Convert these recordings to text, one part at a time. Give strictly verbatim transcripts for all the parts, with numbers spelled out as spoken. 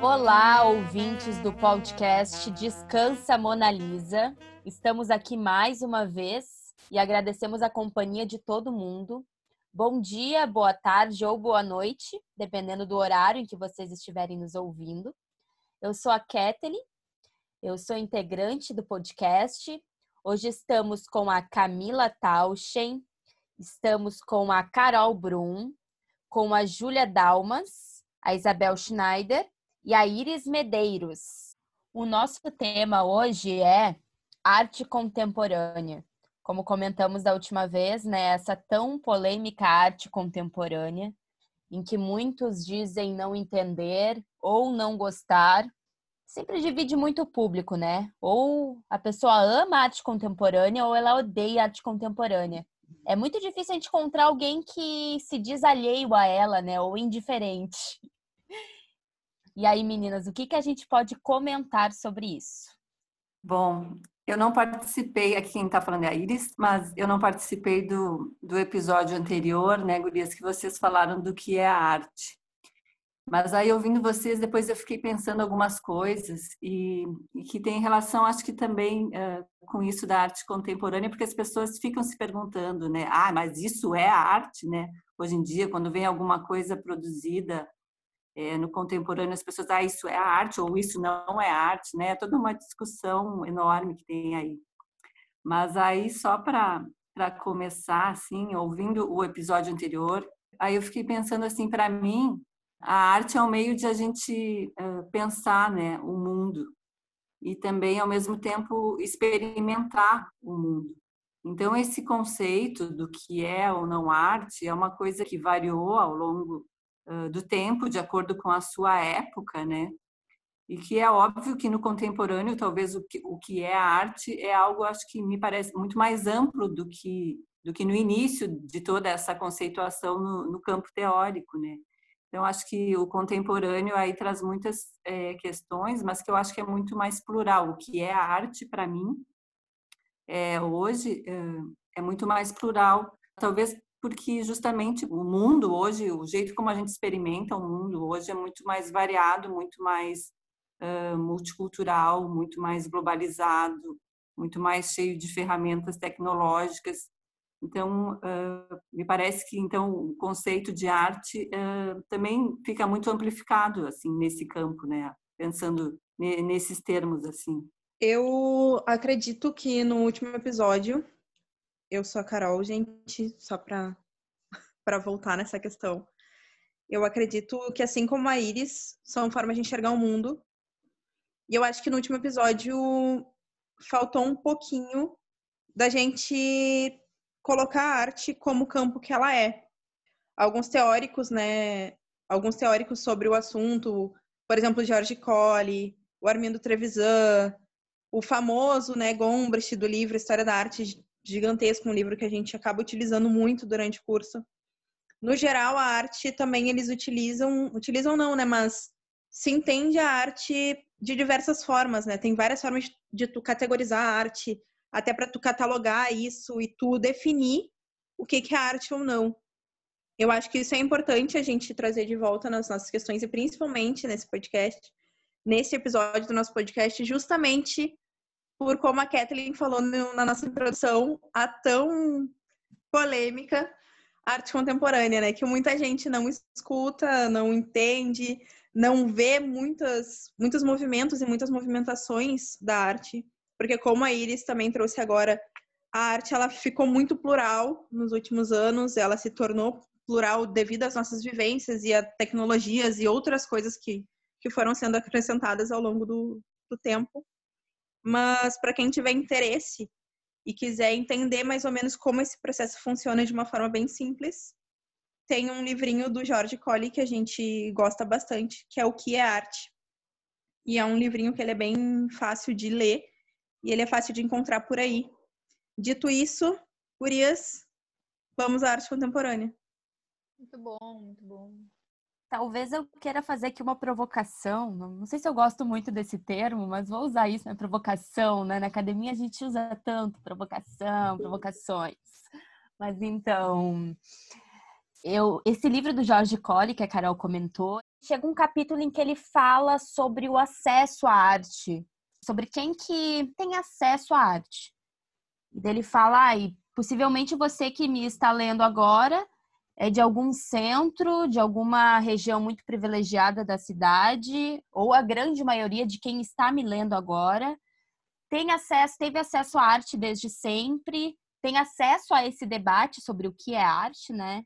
Olá, ouvintes do podcast Descansa Mona Lisa. Estamos aqui mais uma vez e agradecemos a companhia de todo mundo. Bom dia, boa tarde ou boa noite, dependendo do horário em que vocês estiverem nos ouvindo. Eu sou a Kathleen, eu sou integrante do podcast. Hoje estamos com a Camila Tauschen, estamos com a Carol Brum, com a Júlia Dalmas, a Isabel Schneider e a Iris Medeiros. O nosso tema hoje é arte contemporânea. Como comentamos da última vez, né, essa tão polêmica arte contemporânea, em que muitos dizem não entender ou não gostar, sempre divide muito o público, né? Ou a pessoa ama arte contemporânea ou ela odeia arte contemporânea. É muito difícil a gente encontrar alguém que se diz alheio a ela, né? Ou indiferente. E aí, meninas, o que, que a gente pode comentar sobre isso? Bom, eu não participei, aqui quem está falando é a Iris, mas eu não participei do, do episódio anterior, né, gurias, que vocês falaram do que é a arte. Mas aí, ouvindo vocês, depois eu fiquei pensando algumas coisas e, e que tem relação, acho que também uh, com isso da arte contemporânea, porque as pessoas ficam se perguntando, né? Ah, mas isso é a arte, né? Hoje em dia, quando vem alguma coisa produzida é, no contemporâneo, as pessoas, ah, isso é a arte ou isso não é arte, né? É toda uma discussão enorme que tem aí. Mas aí, só para para começar, assim, ouvindo o episódio anterior, aí eu fiquei pensando assim, para mim, a arte é um meio de a gente uh, pensar, né, o mundo e também, ao mesmo tempo, experimentar o mundo. Então, esse conceito do que é ou não arte é uma coisa que variou ao longo uh, do tempo, de acordo com a sua época, né? E que é óbvio que no contemporâneo, talvez o que, o que é a arte é algo, acho que me parece muito mais amplo do que, do que no início de toda essa conceituação no, no campo teórico, né? Então, acho que o contemporâneo aí traz muitas é, questões, mas que eu acho que é muito mais plural. O que é a arte, para mim, é, hoje, é, é muito mais plural. Talvez porque, justamente, o mundo hoje, o jeito como a gente experimenta o mundo hoje é muito mais variado, muito mais uh, multicultural, muito mais globalizado, muito mais cheio de ferramentas tecnológicas. Então, uh, me parece que então o conceito de arte uh, também fica muito amplificado assim nesse campo, né? Pensando nesses termos assim. Eu acredito que no último episódio, eu sou a Carol, gente, só para para voltar nessa questão. Eu acredito que assim como a Iris, são formas de enxergar o mundo. E eu acho que no último episódio faltou um pouquinho da gente colocar a arte como campo que ela é. Alguns teóricos, né, alguns teóricos sobre o assunto, por exemplo, George Colli, o Armindo Trevisan, o famoso, né, Gombrich do livro História da Arte Gigantesco, um livro que a gente acaba utilizando muito durante o curso. No geral, a arte também eles utilizam, utilizam não, né, mas se entende a arte de diversas formas, né? Tem várias formas de tu categorizar a arte, até para tu catalogar isso e tu definir o que que é arte ou não. Eu acho que isso é importante a gente trazer de volta nas nossas questões e principalmente nesse podcast, nesse episódio do nosso podcast, justamente por como a Kathleen falou no, na nossa introdução, a tão polêmica arte contemporânea, né? Que muita gente não escuta, não entende, não vê muitas, muitos movimentos e muitas movimentações da arte, porque como a Iris também trouxe agora, a arte ela ficou muito plural nos últimos anos, ela se tornou plural devido às nossas vivências e a tecnologias e outras coisas que, que foram sendo acrescentadas ao longo do, do tempo. Mas para quem tiver interesse e quiser entender mais ou menos como esse processo funciona de uma forma bem simples, tem um livrinho do George Colli que a gente gosta bastante, que é O que é Arte. E é um livrinho que ele é bem fácil de ler e ele é fácil de encontrar por aí. Dito isso, gurias, vamos à arte contemporânea. Muito bom, muito bom. Talvez eu queira fazer aqui uma provocação. Não sei se eu gosto muito desse termo, mas vou usar isso, né? Provocação, né? Na academia a gente usa tanto provocação, provocações. Mas então, eu, esse livro do George Colli, que a Carol comentou, chega um capítulo em que ele fala sobre o acesso à arte, sobre quem que tem acesso à arte. E daí ele fala, ah, e possivelmente você que me está lendo agora é de algum centro, de alguma região muito privilegiada da cidade, ou a grande maioria de quem está me lendo agora tem acesso, teve acesso à arte desde sempre, tem acesso a esse debate sobre o que é arte, né?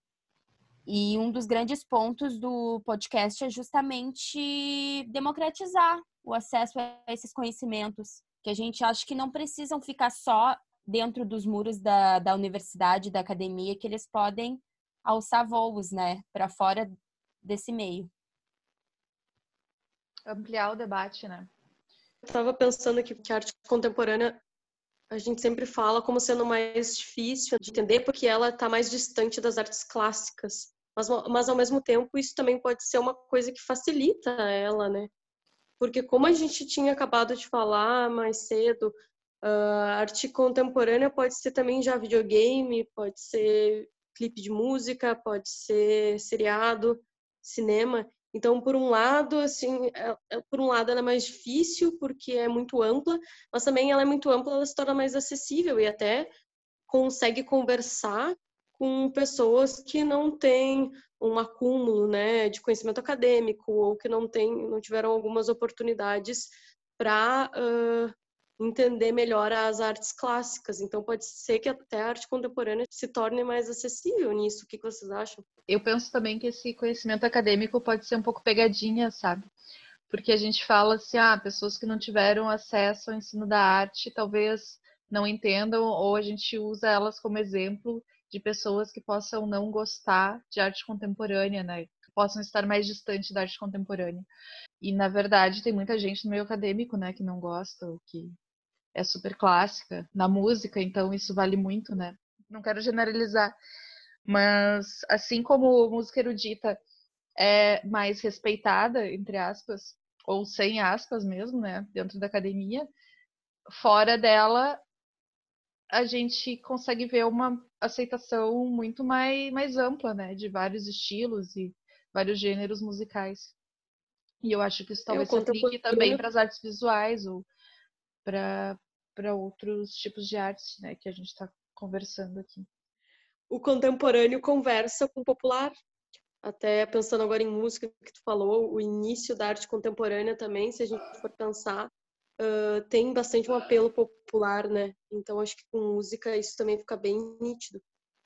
E um dos grandes pontos do podcast é justamente democratizar o acesso a esses conhecimentos, que a gente acha que não precisam ficar só dentro dos muros da, da universidade, da academia, que eles podem alçar voos, né, para fora desse meio. Ampliar o debate, né? Eu estava pensando aqui que a arte contemporânea a gente sempre fala como sendo mais difícil de entender porque ela está mais distante das artes clássicas. Mas, mas, ao mesmo tempo, isso também pode ser uma coisa que facilita ela, né? Porque como a gente tinha acabado de falar mais cedo, a arte contemporânea pode ser também já videogame, pode ser clipe de música, pode ser seriado, cinema. Então, por um lado, assim, é, é, por um lado ela é mais difícil porque é muito ampla, mas também ela é muito ampla, ela se torna mais acessível e até consegue conversar com pessoas que não têm um acúmulo, né, de conhecimento acadêmico ou que não tem, não tiveram algumas oportunidades para uh, entender melhor as artes clássicas. Então pode ser que até a arte contemporânea se torne mais acessível nisso. O que vocês acham? Eu penso também que esse conhecimento acadêmico pode ser um pouco pegadinha, sabe? Porque a gente fala assim, ah, pessoas que não tiveram acesso ao ensino da arte talvez não entendam, ou a gente usa elas como exemplo de pessoas que possam não gostar de arte contemporânea, né? Que possam estar mais distante da arte contemporânea. E, na verdade, tem muita gente no meio acadêmico, né, que não gosta, ou que é super clássica. Na música, então, isso vale muito, né? Não quero generalizar, mas assim como música erudita é mais respeitada, entre aspas, ou sem aspas mesmo, né, dentro da academia, fora dela a gente consegue ver uma aceitação muito mais, mais ampla, né, de vários estilos e vários gêneros musicais. E eu acho que isso talvez se aplique também para as artes visuais ou para para outros tipos de artes, né, que a gente está conversando aqui. O contemporâneo conversa com o popular. Até pensando agora em música que tu falou, o início da arte contemporânea também, se a gente for pensar, uh, tem bastante um apelo popular, né? Então acho que com música isso também fica bem nítido.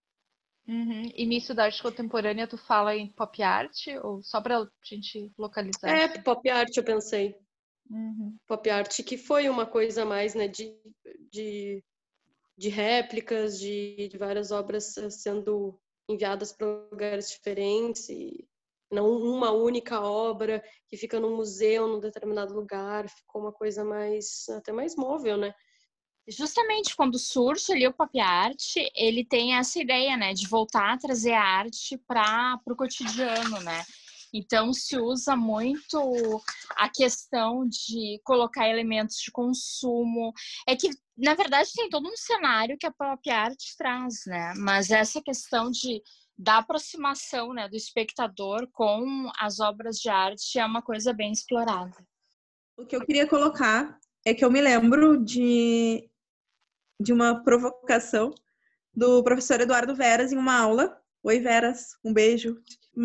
Uhum. Início da arte contemporânea, tu fala em pop art ou só pra gente localizar? É, assim? pop art eu pensei. Uhum. Pop art que foi uma coisa mais, né, de, de, de réplicas, de, de várias obras sendo enviadas para lugares diferentes e não uma única obra que fica num museu, num determinado lugar, ficou uma coisa mais, até mais móvel, né? Justamente quando surge ali o pop art, ele tem essa ideia, né, de voltar a trazer a arte para o cotidiano, né? Então se usa muito a questão de colocar elementos de consumo. É que, na verdade, tem todo um cenário que a pop art traz, né? Mas essa questão de da aproximação, né, do espectador com as obras de arte é uma coisa bem explorada. O que eu queria colocar é que eu me lembro de, de uma provocação do professor Eduardo Veras em uma aula. Oi, Veras, um beijo.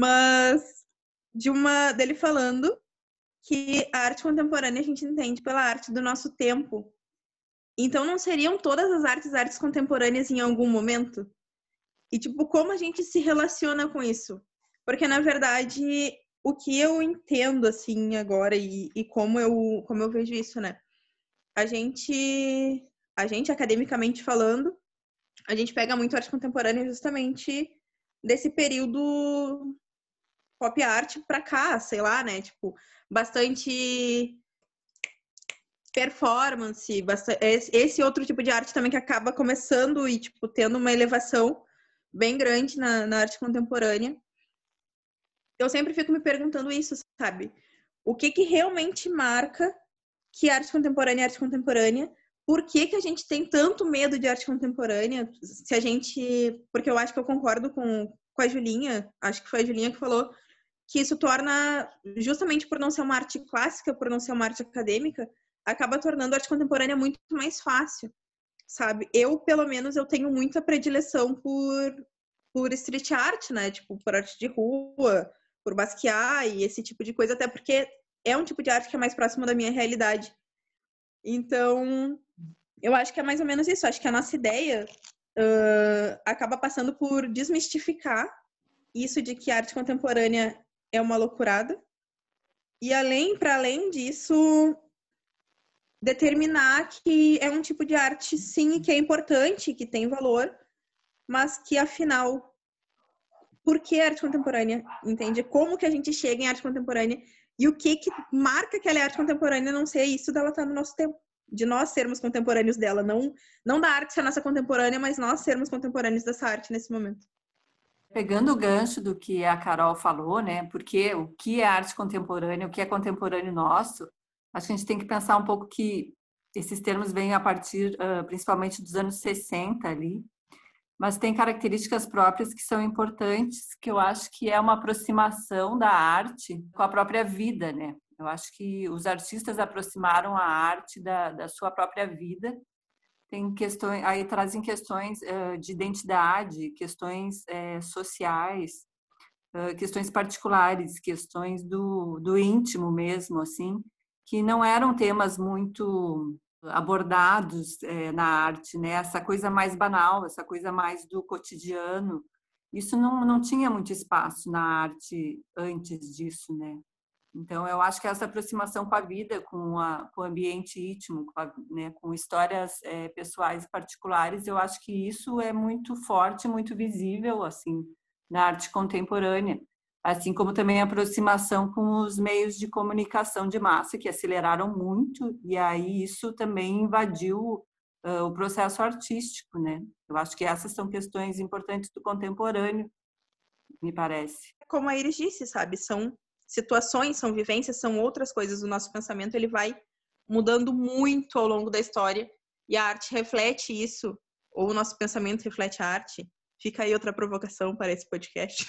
Mas de uma dele falando que a arte contemporânea a gente entende pela arte do nosso tempo. Então não seriam todas as artes artes contemporâneas em algum momento? E, tipo, como a gente se relaciona com isso? Porque, na verdade, o que eu entendo, assim, agora e, e como, eu, como eu vejo isso, né? A gente, a gente, academicamente falando, a gente pega muito arte contemporânea justamente desse período pop art pra cá, sei lá, né? Tipo, bastante performance, bastante, esse outro tipo de arte também que acaba começando e, tipo, tendo uma elevação bem grande na, na arte contemporânea. Eu sempre fico me perguntando isso, sabe? O que que realmente marca que arte contemporânea é arte contemporânea? Por que que a gente tem tanto medo de arte contemporânea? Se a gente... Porque eu acho que eu concordo com, com a Julinha, acho que foi a Julinha que falou que isso torna, justamente por não ser uma arte clássica, por não ser uma arte acadêmica, acaba tornando a arte contemporânea muito mais fácil, sabe? Eu, pelo menos, eu tenho muita predileção por, por street art, né? Tipo, por arte de rua, por Basquiat e esse tipo de coisa, até porque é um tipo de arte que é mais próximo da minha realidade. Então, eu acho que é mais ou menos isso. Acho que a nossa ideia uh, acaba passando por desmistificar isso de que a arte contemporânea é uma loucurada. E além, para além disso, determinar que é um tipo de arte, sim, que é importante, que tem valor, mas que, afinal, por que arte contemporânea? Entende? Como que a gente chega em arte contemporânea e o que que marca que ela é arte contemporânea não ser isso dela estar no nosso tempo. De nós sermos contemporâneos dela. Não, não da arte ser a nossa contemporânea, mas nós sermos contemporâneos dessa arte nesse momento. Pegando o gancho do que a Carol falou, né? Porque o que é arte contemporânea, o que é contemporâneo nosso, acho que a gente tem que pensar um pouco que esses termos vêm a partir, uh, principalmente dos anos sessenta ali, mas tem características próprias que são importantes, que eu acho que é uma aproximação da arte com a própria vida, né? Eu acho que os artistas aproximaram a arte da, da sua própria vida. Tem questões, aí trazem questões uh, de identidade, questões uh, sociais, uh, questões particulares, questões do, do íntimo mesmo, assim, que não eram temas muito abordados uh, na arte, né? Essa coisa mais banal, essa coisa mais do cotidiano, isso não, não tinha muito espaço na arte antes disso, né? Então, eu acho que essa aproximação com a vida, com, a, com o ambiente íntimo, com, a, né, com histórias é, pessoais e particulares, eu acho que isso é muito forte, muito visível, assim, na arte contemporânea. Assim como também a aproximação com os meios de comunicação de massa, que aceleraram muito, e aí isso também invadiu uh, o processo artístico, né? Eu acho que essas são questões importantes do contemporâneo, me parece. Como a Iris disse, sabe? São situações, são vivências, são outras coisas. O nosso pensamento ele vai mudando muito ao longo da história e a arte reflete isso, ou o nosso pensamento reflete a arte. Fica aí outra provocação para esse podcast.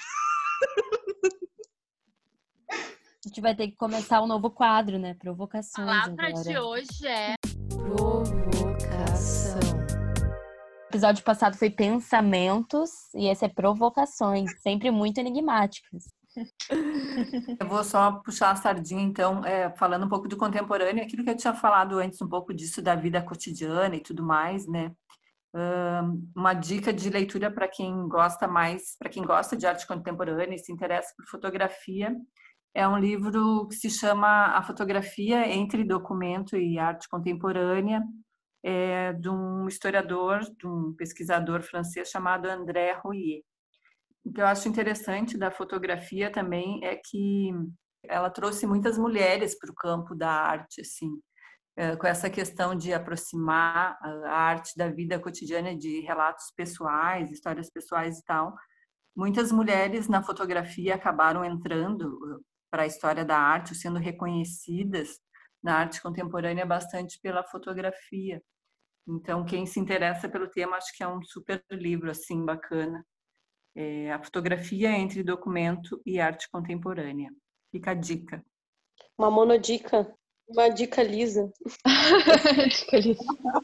A gente vai ter que começar um novo quadro, né? Provocações A palavra agora. de hoje é provocação. O episódio passado foi pensamentos e esse é provocações, sempre muito enigmáticas. Eu vou só puxar a sardinha, então, é, falando um pouco do contemporâneo, aquilo que eu tinha falado antes, um pouco disso da vida cotidiana e tudo mais, né? Um, uma dica de leitura para quem gosta mais, para quem gosta de arte contemporânea e se interessa por fotografia, é um livro que se chama A Fotografia entre Documento e Arte Contemporânea, é, de um historiador, de um pesquisador francês chamado André Rouillet. O que eu acho interessante da fotografia também é que ela trouxe muitas mulheres para o campo da arte, assim, com essa questão de aproximar a arte da vida cotidiana, de relatos pessoais, histórias pessoais e tal. Muitas mulheres na fotografia acabaram entrando para a história da arte, sendo reconhecidas na arte contemporânea bastante pela fotografia. Então, quem se interessa pelo tema, acho que é um super livro, assim, bacana. É A Fotografia entre Documento e Arte Contemporânea. Fica a dica. Uma monodica, uma dica lisa. Dica lisa.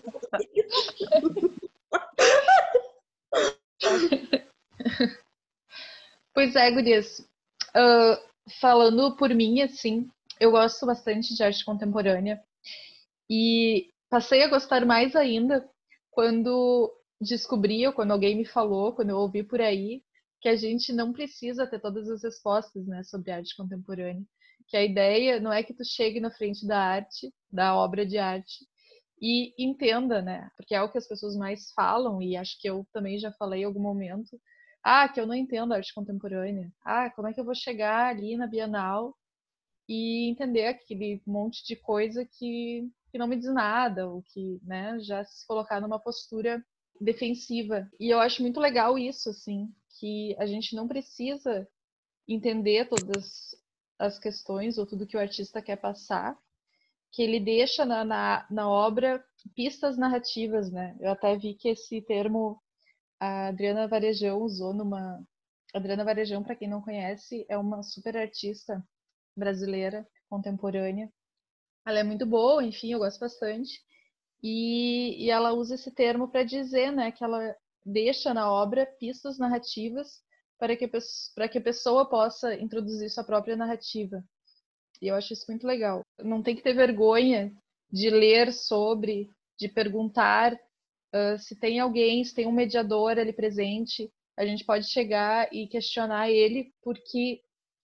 Pois é, gurias. Uh, falando por mim, assim, eu gosto bastante de arte contemporânea e passei a gostar mais ainda quando descobri, ou quando alguém me falou, quando eu ouvi por aí, que a gente não precisa ter todas as respostas, né, sobre arte contemporânea. Que a ideia não é que tu chegue na frente da arte, da obra de arte, e entenda, né, porque é o que as pessoas mais falam, e acho que eu também já falei em algum momento, ah, que eu não entendo arte contemporânea. Ah, como é que eu vou chegar ali na Bienal e entender aquele monte de coisa que, que não me diz nada, ou que, né, já se colocar numa postura defensiva. E eu acho muito legal isso, assim, que a gente não precisa entender todas as questões ou tudo que o artista quer passar, que ele deixa na, na, na obra pistas narrativas, né? Eu até vi que esse termo a Adriana Varejão usou numa Adriana Varejão, para quem não conhece, é uma super artista brasileira, contemporânea. Ela é muito boa, enfim, eu gosto bastante. E, e ela usa esse termo para dizer, né, que ela deixa na obra pistas narrativas para que, para que a pessoa possa introduzir sua própria narrativa. E eu acho isso muito legal. Não tem que ter vergonha de ler sobre, de perguntar uh, se tem alguém, se tem um mediador ali presente. A gente pode chegar e questionar ele, porque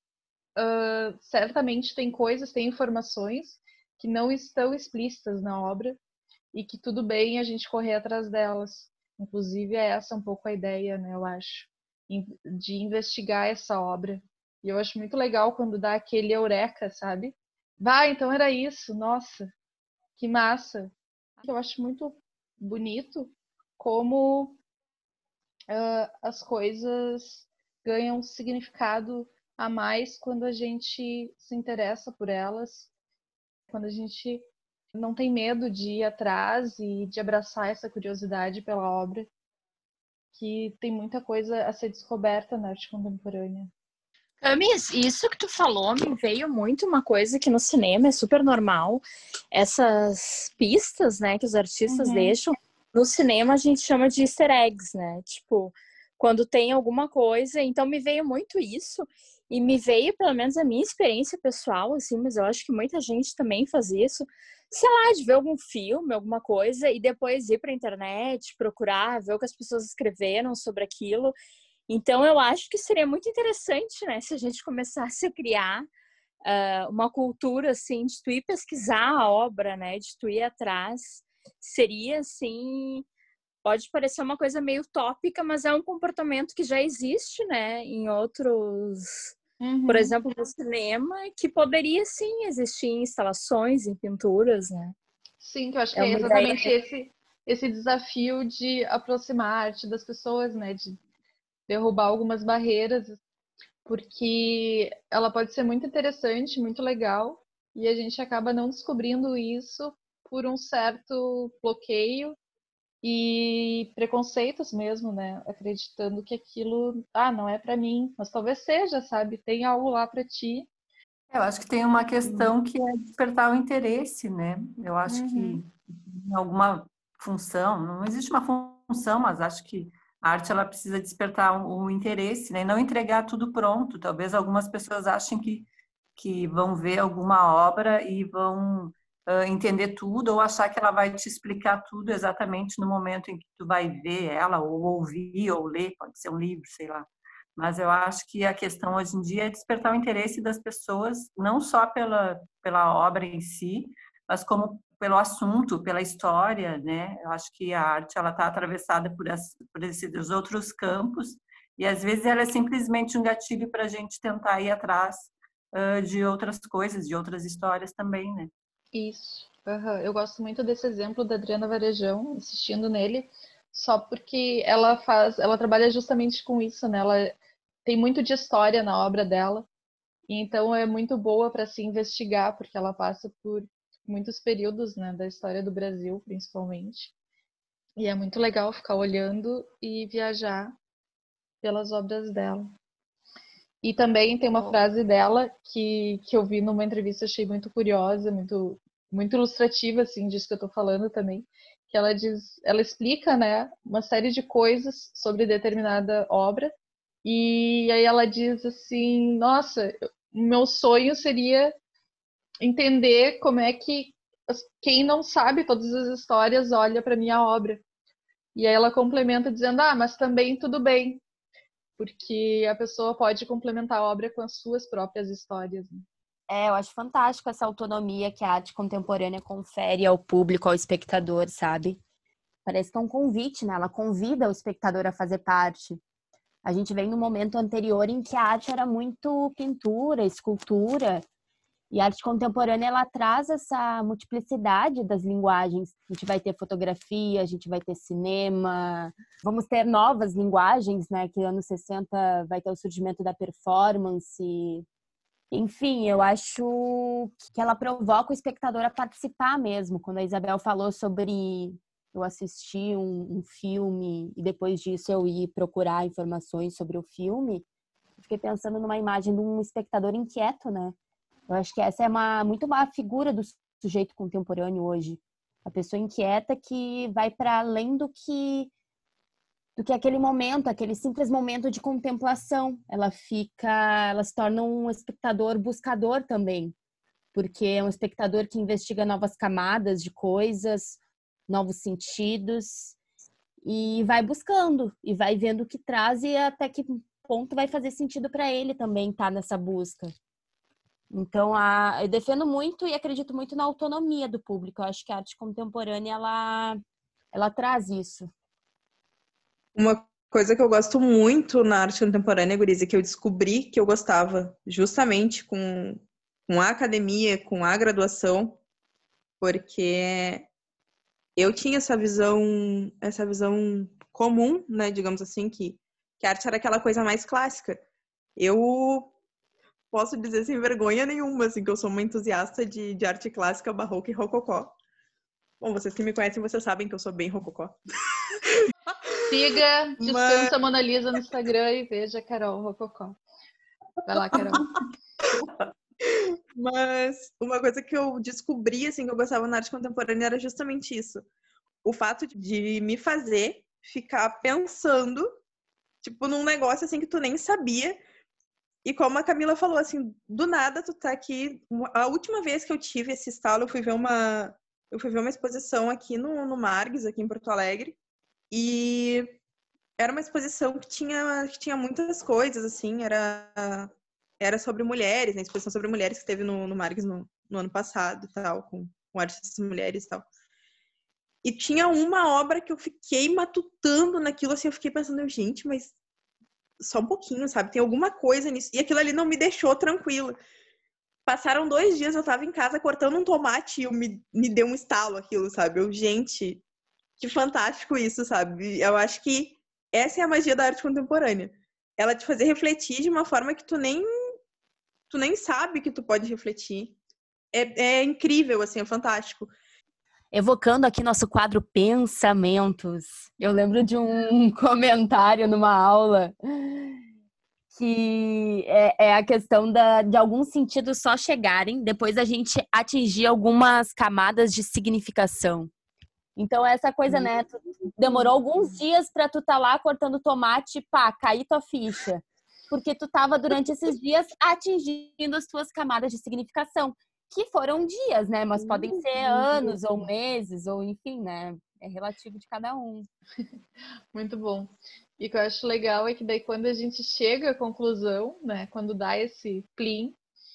uh, certamente tem coisas, tem informações que não estão explícitas na obra e que tudo bem a gente correr atrás delas. Inclusive, é essa um pouco a ideia, né, eu acho, de investigar essa obra. E eu acho muito legal quando dá aquele eureka, sabe? Bah, então era isso, nossa, que massa. Eu acho muito bonito como uh, as coisas ganham significado a mais quando a gente se interessa por elas, quando a gente não tem medo de ir atrás e de abraçar essa curiosidade pela obra, que tem muita coisa a ser descoberta na arte contemporânea. Camis, isso que tu falou me veio muito uma coisa que no cinema é super normal. Essas pistas, né, que os artistas Uhum. deixam, no cinema a gente chama de easter eggs, né? Tipo, quando tem alguma coisa. Então me veio muito isso. E me veio, pelo menos, a minha experiência pessoal, assim, mas eu acho que muita gente também faz isso. Sei lá, de ver algum filme, alguma coisa, e depois ir pra internet, procurar, ver o que as pessoas escreveram sobre aquilo. Então, eu acho que seria muito interessante, né, se a gente começasse a criar uh, uma cultura, assim, de tu ir pesquisar a obra, né, de tu ir atrás. Seria, assim, pode parecer uma coisa meio utópica, mas é um comportamento que já existe, né, em outros, Uhum. por exemplo, no cinema, que poderia, sim, existir em instalações, em pinturas, né. Sim, que eu acho que É é uma exatamente ideia. esse, esse desafio de aproximar a arte das pessoas, né, de derrubar algumas barreiras, porque ela pode ser muito interessante, muito legal, e a gente acaba não descobrindo isso por um certo bloqueio e preconceitos mesmo, né? Acreditando que aquilo, ah, não é para mim, mas talvez seja, sabe? Tem algo lá para ti. Eu acho que tem uma questão que é despertar o interesse, né? Eu acho que Uhum. em alguma função, não existe uma função, mas acho que a arte ela precisa despertar o, o interesse, né? E não entregar tudo pronto. Talvez algumas pessoas achem que, que vão ver alguma obra e vão uh, entender tudo ou achar que ela vai te explicar tudo exatamente no momento em que tu vai ver ela, ou ouvir, ou ler, pode ser um livro, sei lá. Mas eu acho que a questão hoje em dia é despertar o interesse das pessoas, não só pela, pela obra em si, mas como pelo assunto, pela história, né? Eu acho que a arte ela está atravessada por, as, por esses outros campos e às vezes ela é simplesmente um gatilho para a gente tentar ir atrás uh, de outras coisas, de outras histórias também, né? Isso. Uhum. Eu gosto muito desse exemplo da Adriana Varejão, insistindo nele, só porque ela faz, ela trabalha justamente com isso, né? Ela tem muito de história na obra dela, e então é muito boa para se investigar, porque ela passa por muitos períodos, né, da história do Brasil, principalmente. E é muito legal ficar olhando e viajar pelas obras dela. E também tem uma frase dela que, que eu vi numa entrevista, achei muito curiosa, muito, muito ilustrativa, assim, disso que eu tô falando também, que ela diz, ela explica, né, uma série de coisas sobre determinada obra, e aí ela diz assim, nossa, o meu sonho seria entender como é que quem não sabe todas as histórias olha para minha obra. E aí ela complementa dizendo, ah, mas também tudo bem, porque a pessoa pode complementar a obra com as suas próprias histórias. Né? É, eu acho fantástico essa autonomia que a arte contemporânea confere ao público, ao espectador, sabe? Parece que é um convite, né? Ela convida o espectador a fazer parte. A gente vem num momento anterior em que a arte era muito pintura, escultura, e a arte contemporânea ela traz essa multiplicidade das linguagens. A gente vai ter fotografia, a gente vai ter cinema, vamos ter novas linguagens, né? Que anos sessenta vai ter o surgimento da performance. Enfim, eu acho que ela provoca o espectador a participar mesmo. Quando a Isabel falou sobre eu assistir um, um filme e depois disso eu ir procurar informações sobre o filme, fiquei pensando numa imagem de um espectador inquieto, né? Eu acho que essa é uma, muito uma figura do sujeito contemporâneo hoje. A pessoa inquieta que vai para além do que do que aquele momento, aquele simples momento de contemplação. Ela fica, ela se torna um espectador buscador também, porque é um espectador que investiga novas camadas de coisas, novos sentidos, e vai buscando, e vai vendo o que traz e até que ponto vai fazer sentido para ele também estar nessa busca. Então, a, eu defendo muito e acredito muito na autonomia do público. Eu acho que a arte contemporânea, ela, ela traz isso. Uma coisa que eu gosto muito na arte contemporânea, Guriza, que eu descobri que eu gostava justamente com, com a academia, com a graduação, porque eu tinha essa visão, essa visão comum, né, digamos assim, que, que a arte era aquela coisa mais clássica. Eu posso dizer sem vergonha nenhuma, assim, que eu sou uma entusiasta de, de arte clássica, barroca e rococó. Bom, vocês que me conhecem, vocês sabem que eu sou bem rococó. Siga Descansa Mas... Mona Lisa no Instagram e veja a Carol Rococó. Vai lá, Carol. Mas uma coisa que eu descobri, assim, que eu gostava na arte contemporânea era justamente isso. O fato de me fazer ficar pensando, tipo, num negócio, assim, que tu nem sabia. E como a Camila falou, assim, do nada tu tá aqui. A última vez que eu tive esse estalo, eu fui ver uma, eu fui ver uma exposição aqui no, no Margs, aqui em Porto Alegre. E era uma exposição que tinha, que tinha muitas coisas, assim, era, era sobre mulheres, né? Exposição sobre mulheres que teve no, no Margs no, no ano passado e tal, com, com artistas mulheres e tal. E tinha uma obra que eu fiquei matutando naquilo, assim, eu fiquei pensando, gente, mas só um pouquinho, sabe? Tem alguma coisa nisso. E aquilo ali não me deixou tranquila. Passaram dois dias, eu tava em casa cortando um tomate e eu me, me deu um estalo aquilo, sabe? Eu, gente, que fantástico isso, sabe? Eu acho que essa é a magia da arte contemporânea. Ela te fazer refletir de uma forma que tu nem, tu nem sabe que tu pode refletir. É, é incrível, assim, é fantástico. Evocando aqui nosso quadro Pensamentos. Eu lembro de um comentário numa aula que é, é a questão da, de alguns sentidos só chegarem, depois a gente atingir algumas camadas de significação. Então, essa coisa, né? Tu demorou alguns dias para tu tá lá cortando tomate, pá, cair tua ficha. Porque tu tava durante esses dias atingindo as tuas camadas de significação. Que foram dias, né? Mas podem ser anos ou meses, ou enfim, né? É relativo de cada um. Muito bom. E o que eu acho legal é que daí quando a gente chega à conclusão, né? Quando dá esse plim,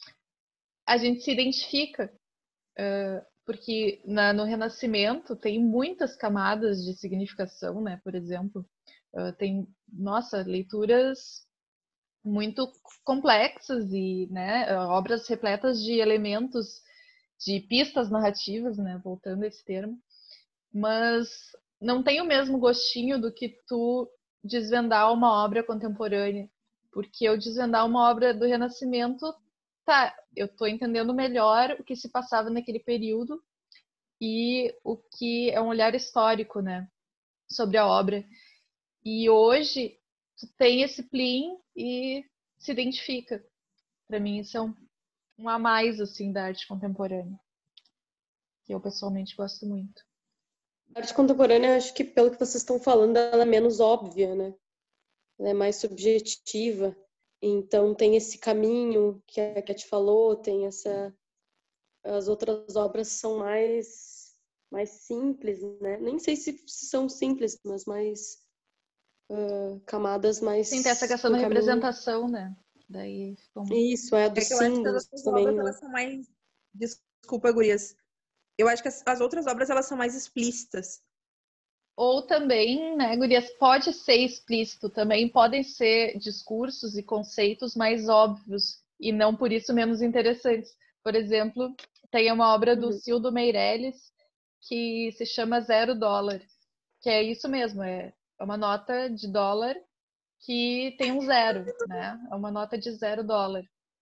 a gente se identifica. Uh, porque na, no Renascimento tem muitas camadas de significação, né? Por exemplo, uh, tem, nossa, leituras muito complexas e, né, obras repletas de elementos, de pistas narrativas, né, voltando a esse termo, mas não tem o mesmo gostinho do que tu desvendar uma obra contemporânea, porque eu desvendar uma obra do Renascimento, tá, eu tô entendendo melhor o que se passava naquele período e o que é um olhar histórico, né, sobre a obra. E hoje tu tem esse plim e se identifica. Para mim isso é um, um a mais assim da arte contemporânea, que eu pessoalmente gosto muito. A arte contemporânea, acho que pelo que vocês estão falando, ela é menos óbvia, né? Ela é mais subjetiva. Então tem esse caminho que a Cat falou, tem essa... As outras obras são mais, mais simples, né? Nem sei se são simples, mas mais... Uh, camadas mais... Sim, tem essa questão da caminho. Representação, né? Daí ficam... Isso, é, dos é que eu acho que as outras também, obras, né? Elas são mais... Desculpa, gurias. Eu acho que as, as outras obras, elas são mais explícitas. Ou também, né, gurias, pode ser explícito, também podem ser discursos e conceitos mais óbvios e não por isso menos interessantes. Por exemplo, tem uma obra do uhum. Cildo Meirelles que se chama Zero Dólar, que é isso mesmo, é uma nota de dólar que tem um zero, né? É uma nota de zero dólar.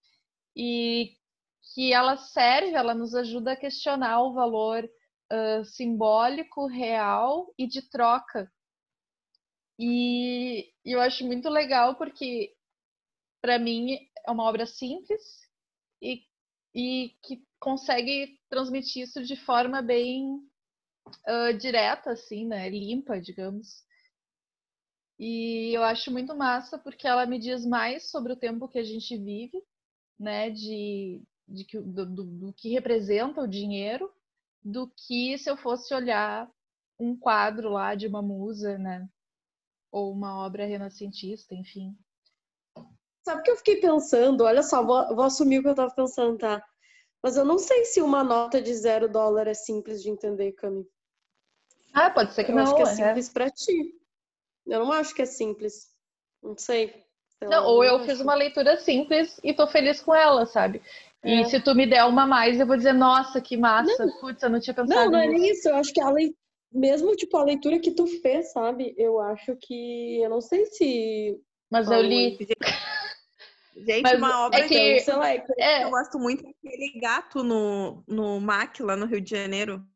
E que ela serve, ela nos ajuda a questionar o valor uh, simbólico, real e de troca. E eu acho muito legal porque para mim, é uma obra simples e, e que consegue transmitir isso de forma bem uh, direta, assim, né? Limpa, digamos. E eu acho muito massa porque ela me diz mais sobre o tempo que a gente vive, né? De, de que, do, do, do que representa o dinheiro, do que se eu fosse olhar um quadro lá de uma musa, né? Ou uma obra renascentista, enfim. Sabe o que eu fiquei pensando? Olha só, vou, vou assumir o que eu tava pensando, tá? Mas eu não sei se uma nota de zero dólar é simples de entender, Cami. Ah, pode ser que Eu não. acho que é é. simples pra ti. Eu não acho que é simples. Não sei. sei Não, lá, ou eu não fiz acho. uma leitura simples e tô feliz com ela, sabe? E É. se tu me der uma a mais, eu vou dizer, nossa, que massa. Não, Putz, eu não tinha não, pensado não é nisso. nem isso. Eu acho que a lei... mesmo tipo a leitura que tu fez, sabe? Eu acho que eu não sei se Mas eu falou li. isso. Gente, Mas uma obra é que Então, que. sei lá, é que eu É, gosto muito é aquele gato no, no M A C, lá no Rio de Janeiro.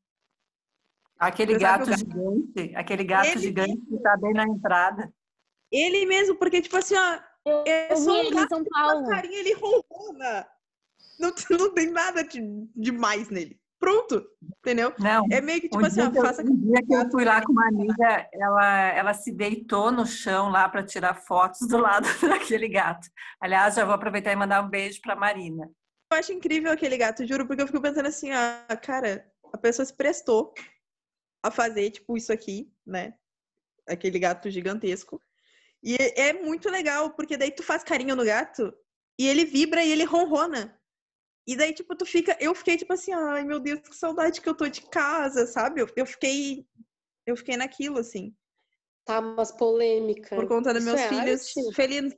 Aquele Você sabe o gato gato? gigante, aquele gato Ele gigante que mesmo. está bem na entrada. Ele mesmo, porque, tipo assim, ó, Eu, é eu vi só um ele em gato São com uma Paulo. carinha, ele ronrona. Não, não tem nada de demais nele. Pronto, entendeu? Não, É meio que, um tipo assim, dia ó, que eu, faça um dia que eu gato fui pra lá ele com uma ronronar. amiga, ela, ela se deitou no chão lá para tirar fotos do lado daquele gato. Aliás, já vou aproveitar e mandar um beijo para Marina. Eu acho incrível aquele gato, juro, porque eu fico pensando assim, ó, cara, a pessoa se prestou a fazer, tipo, isso aqui, né? Aquele gato gigantesco. E é muito legal, porque daí tu faz carinho no gato e ele vibra e ele ronrona. E daí, tipo, tu fica. Eu fiquei tipo assim, ai meu Deus, que saudade que eu tô de casa, sabe? Eu, eu fiquei. Eu fiquei naquilo, assim. tá, mas polêmica. Por conta dos Isso meus é filhos arte? felinos.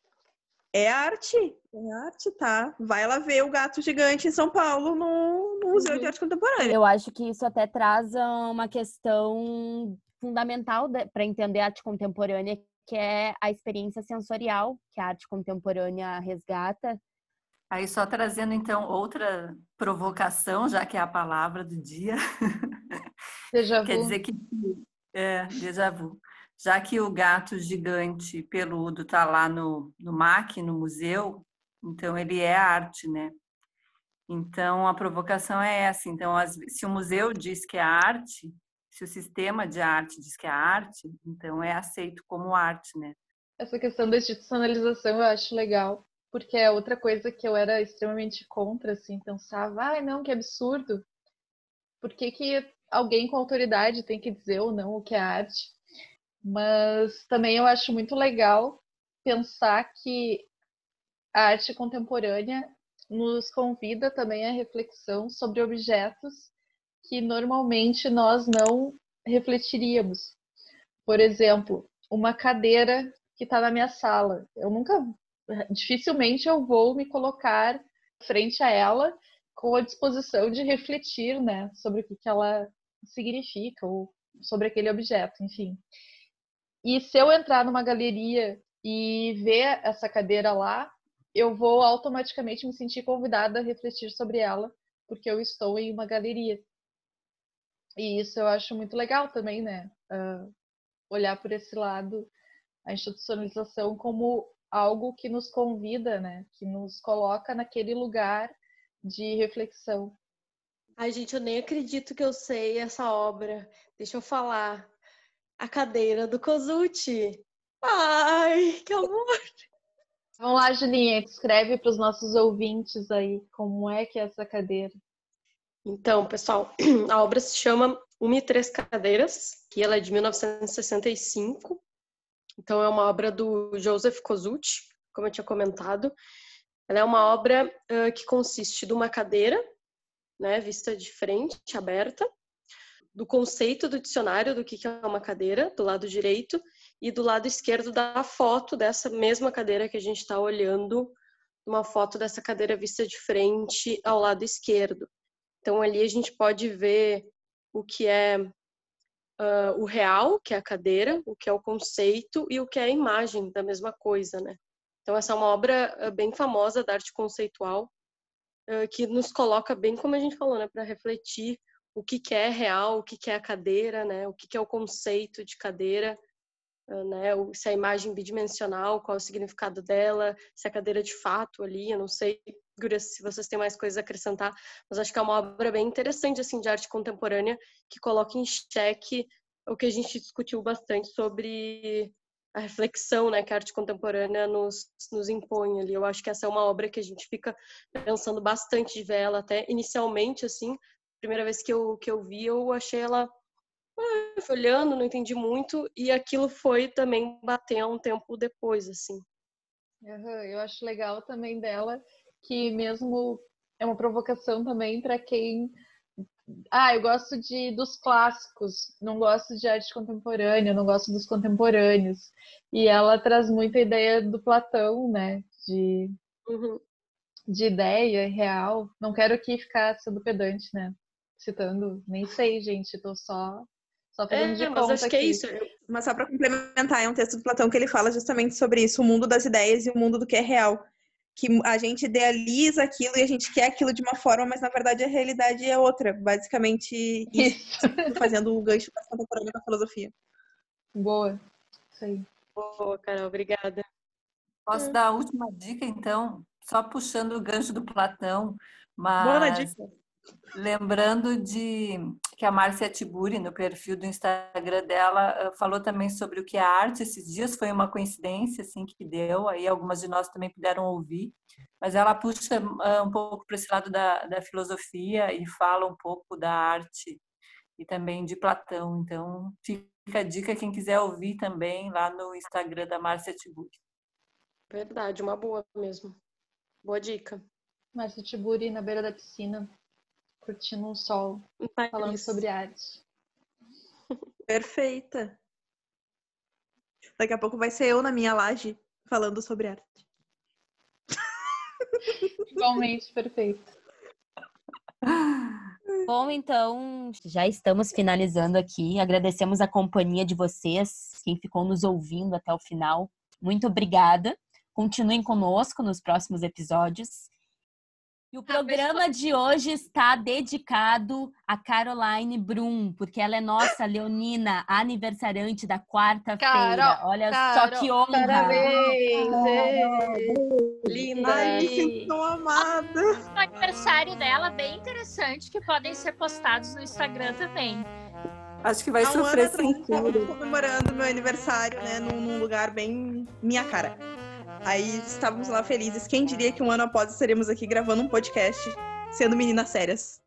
É arte. É arte, tá? Vai lá ver o gato gigante em São Paulo no, no Museu Uhum. de Arte Contemporânea. Eu acho que isso até traz uma questão fundamental para entender a arte contemporânea, que é a experiência sensorial que a arte contemporânea resgata. Aí só trazendo então outra provocação, já que é a palavra do dia. déjà Quer vu. dizer que é déjà vu. Já que o gato gigante peludo está lá no, no M A C, no museu, então ele é arte, né? Então a provocação é essa. Então, as, se o museu diz que é arte, se o sistema de arte diz que é arte, então é aceito como arte, né? Essa questão da institucionalização eu acho legal, porque é outra coisa que eu era extremamente contra, assim, pensava, ai, não, que absurdo. Por que que alguém com autoridade tem que dizer ou não o que é arte? Mas também eu acho muito legal pensar que a arte contemporânea nos convida também à reflexão sobre objetos que normalmente nós não refletiríamos. Por exemplo, uma cadeira que está na minha sala. Eu nunca, dificilmente eu vou me colocar frente a ela com a disposição de refletir, né, sobre o que, que ela significa ou sobre aquele objeto, enfim. E se eu entrar numa galeria e ver essa cadeira lá, eu vou automaticamente me sentir convidada a refletir sobre ela, porque eu estou em uma galeria. E isso eu acho muito legal também, né? Uh, olhar por esse lado, a institucionalização como algo que nos convida, né? Que nos coloca naquele lugar de reflexão. Ai, gente, eu nem acredito que eu sei essa obra. Deixa eu falar. A cadeira do Kozuchi. Ai, que amor! Vamos lá, Julinha, escreve para os nossos ouvintes aí como é que é essa cadeira. Então, pessoal, a obra se chama Uma e Três Cadeiras, que ela é de mil novecentos e sessenta e cinco. Então, é uma obra do Joseph Kosuthi, como eu tinha comentado. Ela é uma obra uh, que consiste de uma cadeira, né, vista de frente, aberta, do conceito do dicionário do que é uma cadeira, do lado direito, e do lado esquerdo da foto dessa mesma cadeira que a gente está olhando, uma foto dessa cadeira vista de frente ao lado esquerdo. Então, ali a gente pode ver o que é uh, o real, que é a cadeira, o que é o conceito e o que é a imagem da mesma coisa, né? Então, essa é uma obra uh, bem famosa da arte conceitual, uh, que nos coloca bem, como a gente falou, né, para refletir o que, que é real, o que, que é a cadeira, né, o que, que é o conceito de cadeira né? Se a imagem bidimensional, qual é o significado dela, se a cadeira de fato ali, eu não sei, Gurias, se vocês têm mais coisas a acrescentar, mas acho que é uma obra bem interessante, assim, de arte contemporânea, que coloca em xeque o que a gente discutiu bastante sobre a reflexão, né, que a arte contemporânea nos, nos impõe ali. Eu acho que essa é uma obra que a gente fica pensando bastante de ver ela, até inicialmente, assim, primeira vez que eu, que eu vi, eu achei ela ah, olhando, não entendi muito, e aquilo foi também bater um tempo depois, assim. Uhum, eu acho legal também dela que mesmo é uma provocação também para quem ah, eu gosto de dos clássicos, não gosto de arte contemporânea, não gosto dos contemporâneos. E ela traz muita ideia do Platão, né? De, Uhum. de ideia real. Não quero aqui ficar sendo pedante, né? Citando, nem sei, gente, tô só só fazendo É, de mas conta acho que é aqui. isso. Eu- Mas só para complementar, é um texto do Platão que ele fala justamente sobre isso, o mundo das ideias e o mundo do que é real. Que a gente idealiza aquilo e a gente quer aquilo de uma forma, mas na verdade a realidade é outra. Basicamente, isso, Isso. fazendo o gancho da contemporânea com a filosofia. Boa. Isso aí. Boa, Carol, obrigada. Posso dar a última dica, então? Só puxando o gancho do Platão, Boa na mas dica. lembrando de que a Márcia Tiburi, no perfil do Instagram dela, falou também sobre o que é arte esses dias, foi uma coincidência assim que deu, aí algumas de nós também puderam ouvir, mas ela puxa um pouco para esse lado da, da filosofia e fala um pouco da arte e também de Platão, então fica a dica quem quiser ouvir também lá no Instagram da Márcia Tiburi. Verdade, uma boa mesmo. Boa dica. Márcia Tiburi na beira da piscina, curtindo um sol, Tá falando isso. sobre arte. Perfeita. Daqui a pouco vai ser eu na minha laje falando sobre arte. Igualmente perfeito. Bom, então já estamos finalizando aqui. Agradecemos a companhia de vocês, quem ficou nos ouvindo até o final. Muito obrigada. Continuem conosco nos próximos episódios. E o programa de hoje está dedicado a Caroline Brum, porque ela é nossa leonina aniversariante da quarta-feira. Carol, Olha Carol, só que honra! Parabéns! ê! Linda! Ai, me sinto tão amada. O aniversário dela bem interessante, que podem ser postados no Instagram também. Acho que vai Há um ano sofrer atrás, sim. estávamos comemorando meu aniversário, né, num, num lugar bem minha cara. Aí estávamos lá felizes. Quem diria que um ano após estaremos aqui gravando um podcast, sendo meninas sérias.